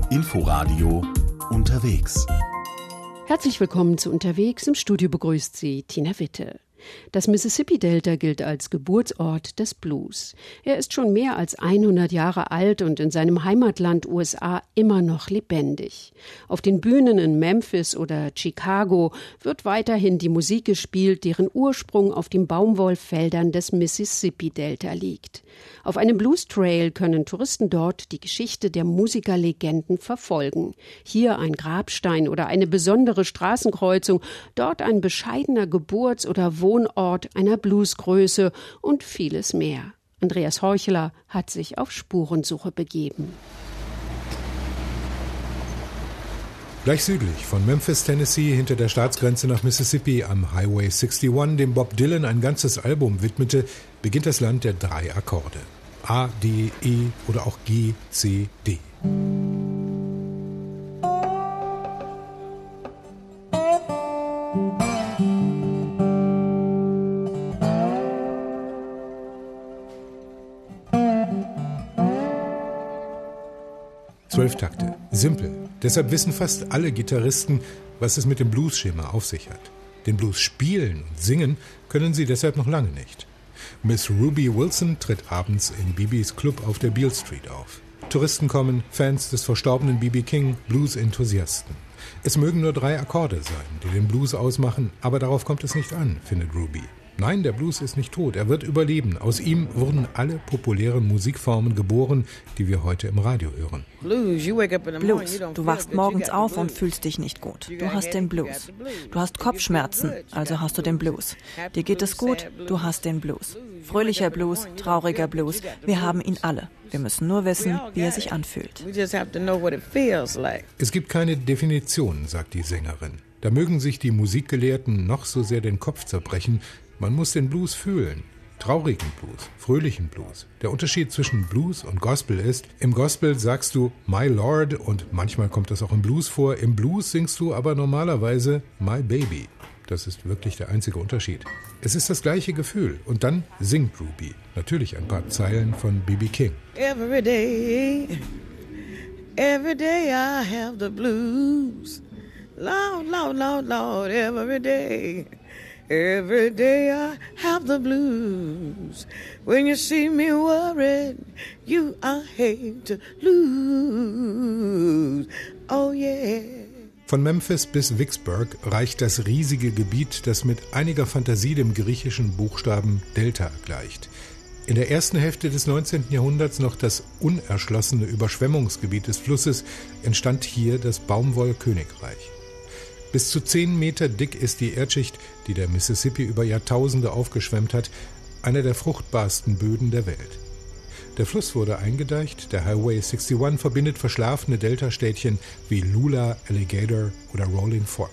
Inforadio unterwegs. Herzlich willkommen zu Unterwegs. Im Studio begrüßt Sie Tina Witte. Das Mississippi-Delta gilt als Geburtsort des Blues. Er ist schon mehr als 100 Jahre alt und in seinem Heimatland USA immer noch lebendig. Auf den Bühnen in Memphis oder Chicago wird weiterhin die Musik gespielt, deren Ursprung auf den Baumwollfeldern des Mississippi-Delta liegt. Auf einem Blues-Trail können Touristen dort die Geschichte der Musikerlegenden verfolgen. Hier ein Grabstein oder eine besondere Straßenkreuzung, dort ein bescheidener Geburts- oder Wohnort einer Bluesgröße und vieles mehr. Andreas Heuchler hat sich auf Spurensuche begeben. Gleich südlich von Memphis, Tennessee, hinter der Staatsgrenze nach Mississippi am Highway 61, dem Bob Dylan ein ganzes Album widmete, beginnt das Land der 3 Akkorde. A, D, E oder auch G, C, D. Takte. Simpel. Deshalb wissen fast alle Gitarristen, was es mit dem Blues-Schema auf sich hat. Den Blues spielen und singen können sie deshalb noch lange nicht. Miss Ruby Wilson tritt abends in B.B.'s Club auf der Beale Street auf. Touristen kommen, Fans des verstorbenen B.B. King, Blues-Enthusiasten. Es mögen nur 3 Akkorde sein, die den Blues ausmachen, aber darauf kommt es nicht an, findet Ruby. Nein, der Blues ist nicht tot, er wird überleben. Aus ihm wurden alle populären Musikformen geboren, die wir heute im Radio hören. Blues, du wachst morgens auf und fühlst dich nicht gut. Du hast den Blues. Du hast Kopfschmerzen, also hast du den Blues. Dir geht es gut, du hast den Blues. Fröhlicher Blues, trauriger Blues, wir haben ihn alle. Wir müssen nur wissen, wie er sich anfühlt. Es gibt keine Definition, sagt die Sängerin. Da mögen sich die Musikgelehrten noch so sehr den Kopf zerbrechen, man muss den Blues fühlen. Traurigen Blues, fröhlichen Blues. Der Unterschied zwischen Blues und Gospel ist, im Gospel sagst du My Lord und manchmal kommt das auch im Blues vor. Im Blues singst du aber normalerweise My Baby. Das ist wirklich der einzige Unterschied. Es ist das gleiche Gefühl. Und dann singt Ruby. Natürlich ein paar Zeilen von B.B. King. Every day I have the blues. Lord, Lord, Lord, Lord, every day. Every day I have the blues. When you see me worried, I hate to lose. Oh yeah. Von Memphis bis Vicksburg reicht das riesige Gebiet, das mit einiger Fantasie dem griechischen Buchstaben Delta gleicht. In der ersten Hälfte des 19. Jahrhunderts noch das unerschlossene Überschwemmungsgebiet des Flusses, entstand hier das Baumwollkönigreich. Bis zu 10 Meter dick ist die Erdschicht, die der Mississippi über Jahrtausende aufgeschwemmt hat, einer der fruchtbarsten Böden der Welt. Der Fluss wurde eingedeicht, der Highway 61 verbindet verschlafene Deltastädtchen wie Lula, Alligator oder Rolling Fork.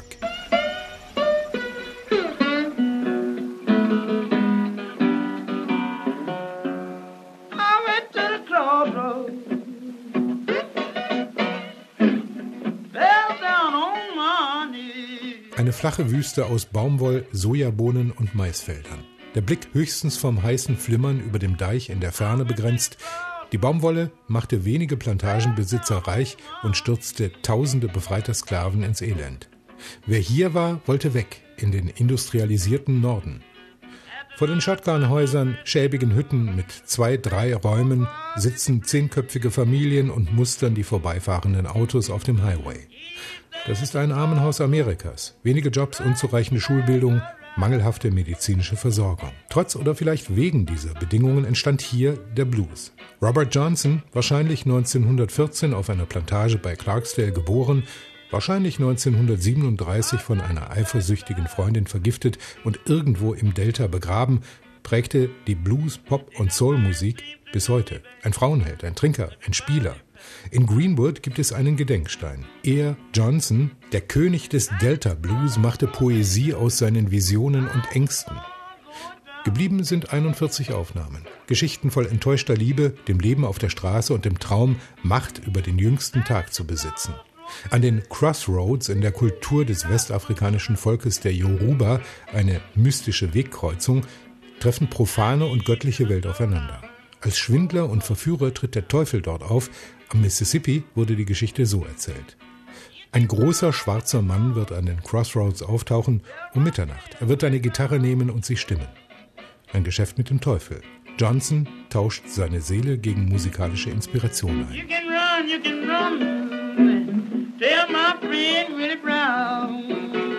Eine flache Wüste aus Baumwoll, Sojabohnen und Maisfeldern. Der Blick höchstens vom heißen Flimmern über dem Deich in der Ferne begrenzt. Die Baumwolle machte wenige Plantagenbesitzer reich und stürzte Tausende befreiter Sklaven ins Elend. Wer hier war, wollte weg, in den industrialisierten Norden. Vor den Shotgunhäusern, schäbigen Hütten mit 2, 3 Räumen sitzen 10-köpfige Familien und mustern die vorbeifahrenden Autos auf dem Highway. Das ist ein Armenhaus Amerikas. Wenige Jobs, unzureichende Schulbildung, mangelhafte medizinische Versorgung. Trotz oder vielleicht wegen dieser Bedingungen entstand hier der Blues. Robert Johnson, wahrscheinlich 1914 auf einer Plantage bei Clarksdale geboren, wahrscheinlich 1937 von einer eifersüchtigen Freundin vergiftet und irgendwo im Delta begraben, prägte die Blues-, Pop- und Soul-Musik bis heute. Ein Frauenheld, ein Trinker, ein Spieler. In Greenwood gibt es einen Gedenkstein. Er, Johnson, der König des Delta Blues, machte Poesie aus seinen Visionen und Ängsten. Geblieben sind 41 Aufnahmen. Geschichten voll enttäuschter Liebe, dem Leben auf der Straße und dem Traum, Macht über den jüngsten Tag zu besitzen. An den Crossroads in der Kultur des westafrikanischen Volkes der Yoruba, eine mystische Wegkreuzung, treffen profane und göttliche Welt aufeinander. Als Schwindler und Verführer tritt der Teufel dort auf. Am Mississippi wurde die Geschichte so erzählt. Ein großer schwarzer Mann wird an den Crossroads auftauchen um Mitternacht. Er wird eine Gitarre nehmen und sie stimmen. Ein Geschäft mit dem Teufel. Johnson tauscht seine Seele gegen musikalische Inspiration ein. You can run, tell my friend Willie Brown.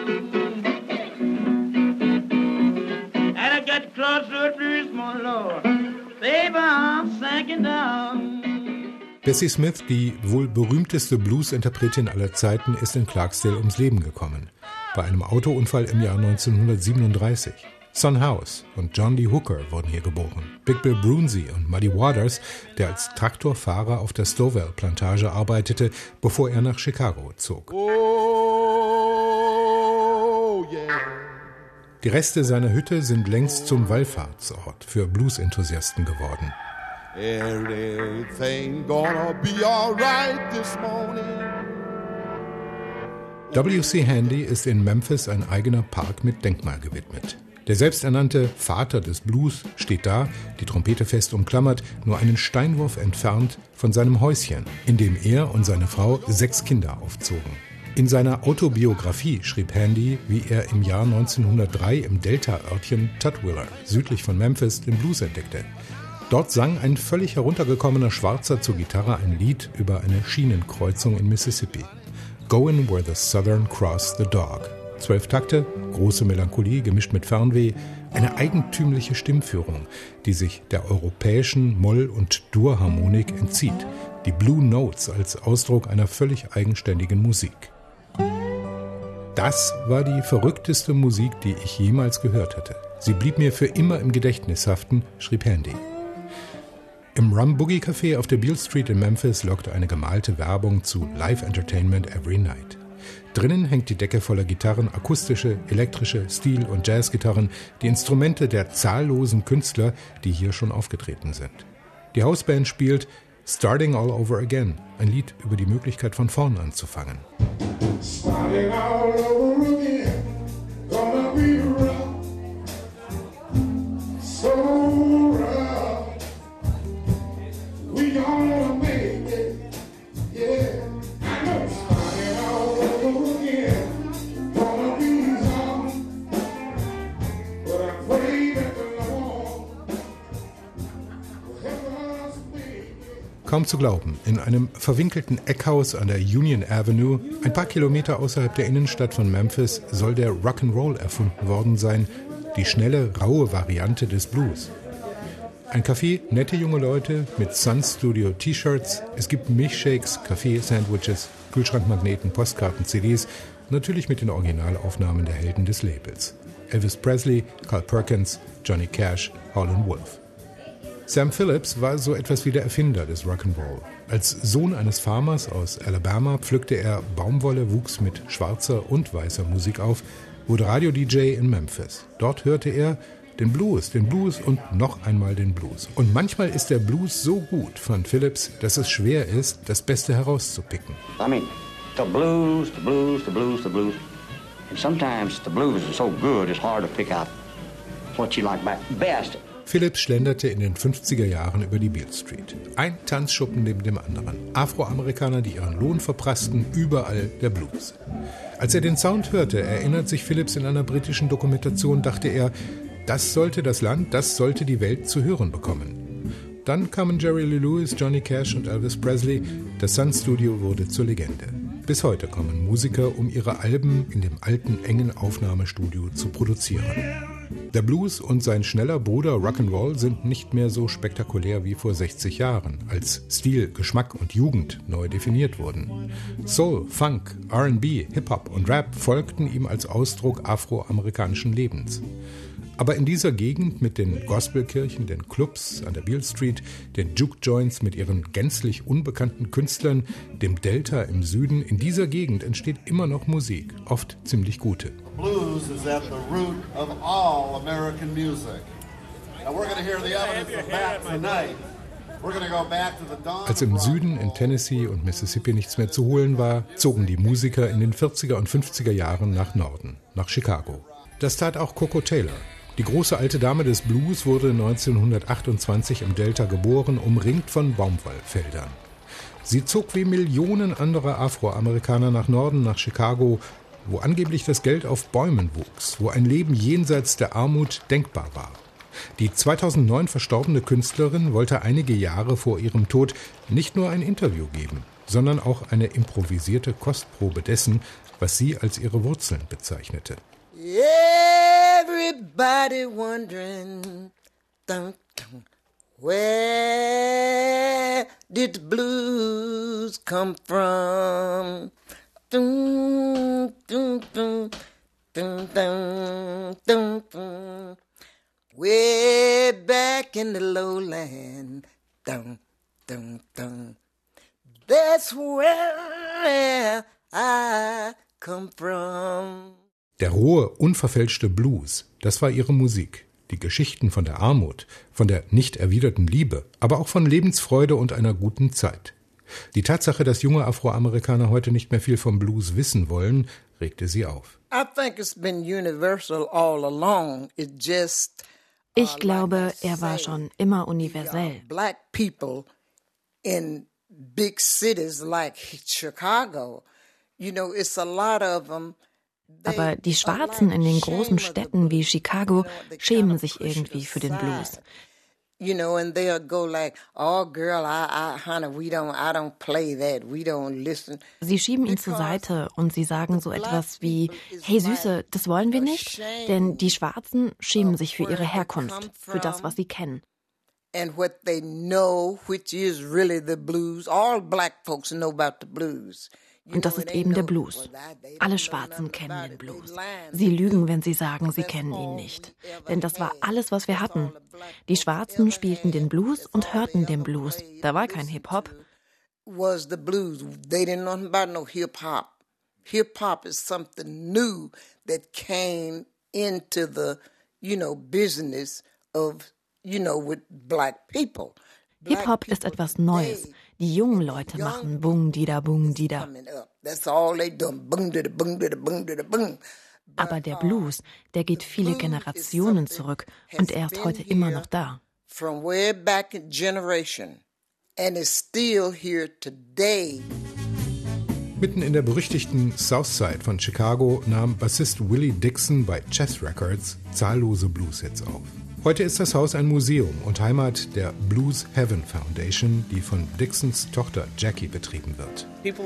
And I got the crossroad blues, my Lord, baby, I'm sinking down. Bessie Smith, die wohl berühmteste Blues-Interpretin aller Zeiten, ist in Clarksdale ums Leben gekommen. Bei einem Autounfall im Jahr 1937. Son House und John Lee Hooker wurden hier geboren. Big Bill Brunsey und Muddy Waters, der als Traktorfahrer auf der Stowell-Plantage arbeitete, bevor er nach Chicago zog. Oh, yeah. Die Reste seiner Hütte sind längst zum Wallfahrtsort für Blues-Enthusiasten geworden. Everything gonna be all right this morning. W.C. Handy ist in Memphis ein eigener Park mit Denkmal gewidmet. Der selbsternannte Vater des Blues steht da, die Trompete fest umklammert, nur einen Steinwurf entfernt von seinem Häuschen, in dem er und seine Frau 6 Kinder aufzogen. In seiner Autobiografie schrieb Handy, wie er im Jahr 1903 im Delta-Örtchen Tutwiler, südlich von Memphis, den Blues entdeckte. Dort sang ein völlig heruntergekommener Schwarzer zur Gitarre ein Lied über eine Schienenkreuzung in Mississippi. Goin' where the Southern cross the dog. 12 Takte, große Melancholie gemischt mit Fernweh, eine eigentümliche Stimmführung, die sich der europäischen Moll- und Dur-Harmonik entzieht. Die Blue Notes als Ausdruck einer völlig eigenständigen Musik. Das war die verrückteste Musik, die ich jemals gehört hatte. Sie blieb mir für immer im Gedächtnis haften, schrieb Handy. Im Rum Boogie Café auf der Beale Street in Memphis lockte eine gemalte Werbung zu Live Entertainment Every Night. Drinnen hängt die Decke voller Gitarren, akustische, elektrische, Steel- und Jazzgitarren, die Instrumente der zahllosen Künstler, die hier schon aufgetreten sind. Die Hausband spielt Starting All Over Again, ein Lied über die Möglichkeit von vorn anzufangen. Starting all over again, gonna be rough, so rough, we gonna make it, yeah, I know. Starting all over again, gonna be rough, but I pray that the Lord will help us make it. Kaum zu glauben, in einem verwinkelten Eckhaus an der Union Avenue, ein paar Kilometer außerhalb der Innenstadt von Memphis, soll der Rock'n'Roll erfunden worden sein, die schnelle, raue Variante des Blues. Ein Café, nette junge Leute mit Sun Studio T-Shirts, es gibt Milchshakes, Kaffee-Sandwiches, Kühlschrankmagneten, Postkarten, CDs, natürlich mit den Originalaufnahmen der Helden des Labels. Elvis Presley, Carl Perkins, Johnny Cash, Howlin' Wolf. Sam Phillips war so etwas wie der Erfinder des Rock'n'Roll. Als Sohn eines Farmers aus Alabama pflückte er Baumwolle, wuchs mit schwarzer und weißer Musik auf, wurde Radio-DJ in Memphis. Dort hörte er den Blues und noch einmal den Blues. Und manchmal ist der Blues so gut, fand Phillips, dass es schwer ist, das Beste herauszupicken. I mean, the blues. And sometimes the blues is so good, it's hard to pick out what you like best. Phillips schlenderte in den 50er Jahren über die Beale Street. Ein Tanzschuppen neben dem anderen. Afroamerikaner, die ihren Lohn verprassten, überall der Blues. Als er den Sound hörte, erinnert sich Phillips in einer britischen Dokumentation, dachte er, das sollte das Land, das sollte die Welt zu hören bekommen. Dann kamen Jerry Lee Lewis, Johnny Cash und Elvis Presley. Das Sun Studio wurde zur Legende. Bis heute kommen Musiker, um ihre Alben in dem alten, engen Aufnahmestudio zu produzieren. Der Blues und sein schneller Bruder Rock'n'Roll sind nicht mehr so spektakulär wie vor 60 Jahren, als Stil, Geschmack und Jugend neu definiert wurden. Soul, Funk, R&B, Hip-Hop und Rap folgten ihm als Ausdruck afroamerikanischen Lebens. Aber in dieser Gegend mit den Gospelkirchen, den Clubs an der Beale Street, den Juke-Joints mit ihren gänzlich unbekannten Künstlern, dem Delta im Süden, in dieser Gegend entsteht immer noch Musik, oft ziemlich gute. Blues is at the root of all American music. Now we're going to hear the evidence of that tonight. We're going to go back to the dawn. Als im Süden in Tennessee und Mississippi nichts mehr zu holen war, zogen die Musiker in den 40er und 50er Jahren nach Norden, nach Chicago. Das tat auch Coco Taylor. Die große alte Dame des Blues wurde 1928 im Delta geboren, umringt von Baumwollfeldern. Sie zog wie Millionen anderer Afroamerikaner nach Norden, nach Chicago, wo angeblich das Geld auf Bäumen wuchs, wo ein Leben jenseits der Armut denkbar war. Die 2009 verstorbene Künstlerin wollte einige Jahre vor ihrem Tod nicht nur ein Interview geben, sondern auch eine improvisierte Kostprobe dessen, was sie als ihre Wurzeln bezeichnete. Everybody wondering, dun, dun, where did the blues come from? Dun, dun, dun, dun, dun, dun, dun. Way back in the lowland, dun, dun, dun. That's where I come from. Der rohe, unverfälschte Blues, das war ihre Musik. Die Geschichten von der Armut, von der nicht erwiderten Liebe, aber auch von Lebensfreude und einer guten Zeit. Die Tatsache, dass junge Afroamerikaner heute nicht mehr viel vom Blues wissen wollen, regte sie auf. Ich glaube, er war schon immer universell. Black people in big cities like Chicago, you know, it's a lot of them. Aber die Schwarzen in den großen Städten wie Chicago schämen sich irgendwie für den Blues. You know, and they'll go like, oh girl, honey, I don't play that, we don't listen. Sie schieben ihn zur Seite und sie sagen so etwas wie, hey Süße, das wollen wir nicht, denn die Schwarzen schämen sich für ihre Herkunft, für das, was sie kennen. And what they know, which is really the blues, all black folks know about the blues. Und das ist eben der Blues. Alle Schwarzen kennen den Blues. Sie lügen, wenn sie sagen, sie kennen ihn nicht. Denn das war alles, was wir hatten. Die Schwarzen spielten den Blues und hörten den Blues. Da war kein Hip-Hop. Was the blues. They didn't know about no hip-hop. Hip-hop is something new that came into the, business of, with black people. Hip-Hop ist etwas Neues. Die jungen Leute machen Bung-Dida, Bung-Dida. Aber der Blues, der geht viele Generationen zurück und er ist heute immer noch da. From way back in generation and is still here today. Mitten in der berüchtigten Southside von Chicago nahm Bassist Willie Dixon bei Chess Records zahllose Blues-Hits auf. Heute ist das Haus ein Museum und Heimat der Blues Heaven Foundation, die von Dixons Tochter Jackie betrieben wird.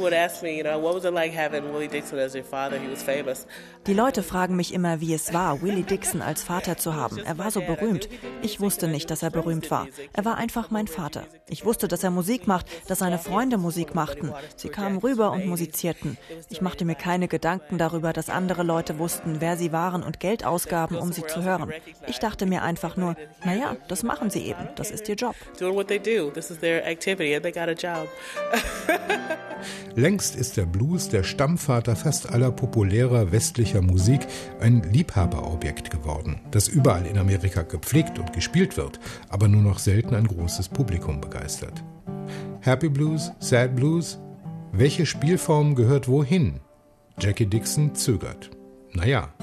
Die Leute fragen mich immer, wie es war, Willie Dixon als Vater zu haben. Er war so berühmt. Ich wusste nicht, dass er berühmt war. Er war einfach mein Vater. Ich wusste, dass er Musik macht, dass seine Freunde Musik machten. Sie kamen rüber und musizierten. Ich machte mir keine Gedanken darüber, dass andere Leute wussten, wer sie waren und Geld ausgaben, um sie zu hören. Ich dachte mir einfach nur, naja, das machen sie eben. Das ist ihr Job. Längst ist der Blues der Stammvater fast aller populärer westlicher Musik ein Liebhaberobjekt geworden, das überall in Amerika gepflegt und gespielt wird, aber nur noch selten ein großes Publikum begeistert. Happy Blues, Sad Blues? Welche Spielform gehört wohin? Jackie Dixon zögert. Naja,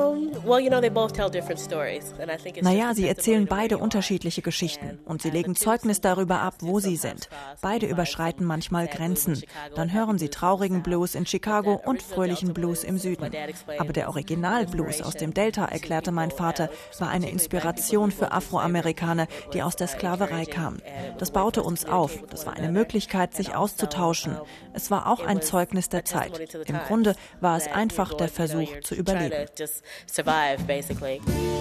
sie erzählen beide unterschiedliche Geschichten und sie legen Zeugnis darüber ab, wo sie sind. Beide überschreiten manchmal Grenzen. Dann hören sie traurigen Blues in Chicago und fröhlichen Blues im Süden. Aber der Original-Blues aus dem Delta, erklärte mein Vater, war eine Inspiration für Afroamerikaner, die aus der Sklaverei kamen. Das baute uns auf. Das war eine Möglichkeit, sich auszutauschen. Es war auch ein Zeugnis der Zeit. Im Grunde war es einfach der Versuch zu überleben. Die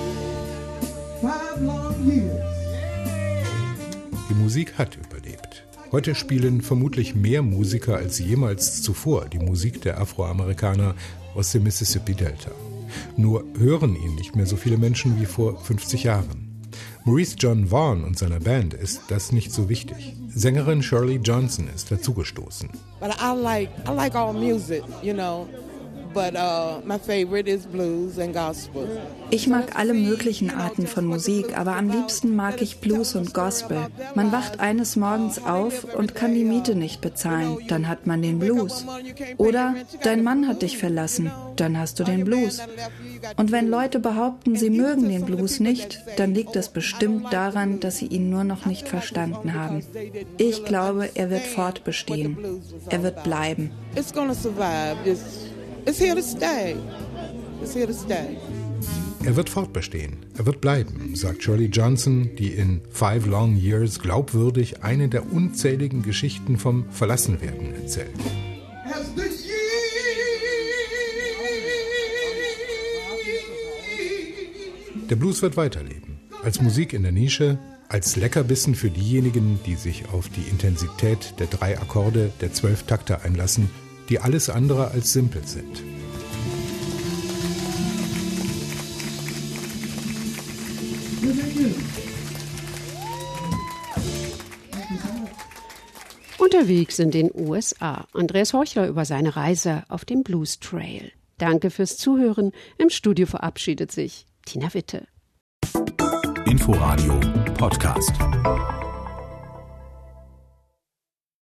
Musik hat überlebt. Heute spielen vermutlich mehr Musiker als jemals zuvor die Musik der Afroamerikaner aus dem Mississippi-Delta. Nur hören ihn nicht mehr so viele Menschen wie vor 50 Jahren. Maurice John Vaughan und seiner Band ist das nicht so wichtig. Sängerin Shirley Johnson ist dazugestoßen. But I like all music, Ich mag alle möglichen Arten von Musik, aber am liebsten mag ich Blues und Gospel. Man wacht eines Morgens auf und kann die Miete nicht bezahlen, dann hat man den Blues. Oder dein Mann hat dich verlassen, dann hast du den Blues. Und wenn Leute behaupten, sie mögen den Blues nicht, dann liegt es bestimmt daran, dass sie ihn nur noch nicht verstanden haben. Ich glaube, er wird fortbestehen. Er wird bleiben. Er wird fortbestehen, er wird bleiben, sagt Shirley Johnson, die in 5 Long Years glaubwürdig eine der unzähligen Geschichten vom Verlassenwerden erzählt. Der Blues wird weiterleben, als Musik in der Nische, als Leckerbissen für diejenigen, die sich auf die Intensität der 3 Akkorde, der 12 Takte einlassen, die alles andere als simpel sind. Unterwegs in den USA. Andreas Horchler über seine Reise auf dem Blues Trail. Danke fürs Zuhören. Im Studio verabschiedet sich Tina Witte. Inforadio Podcast.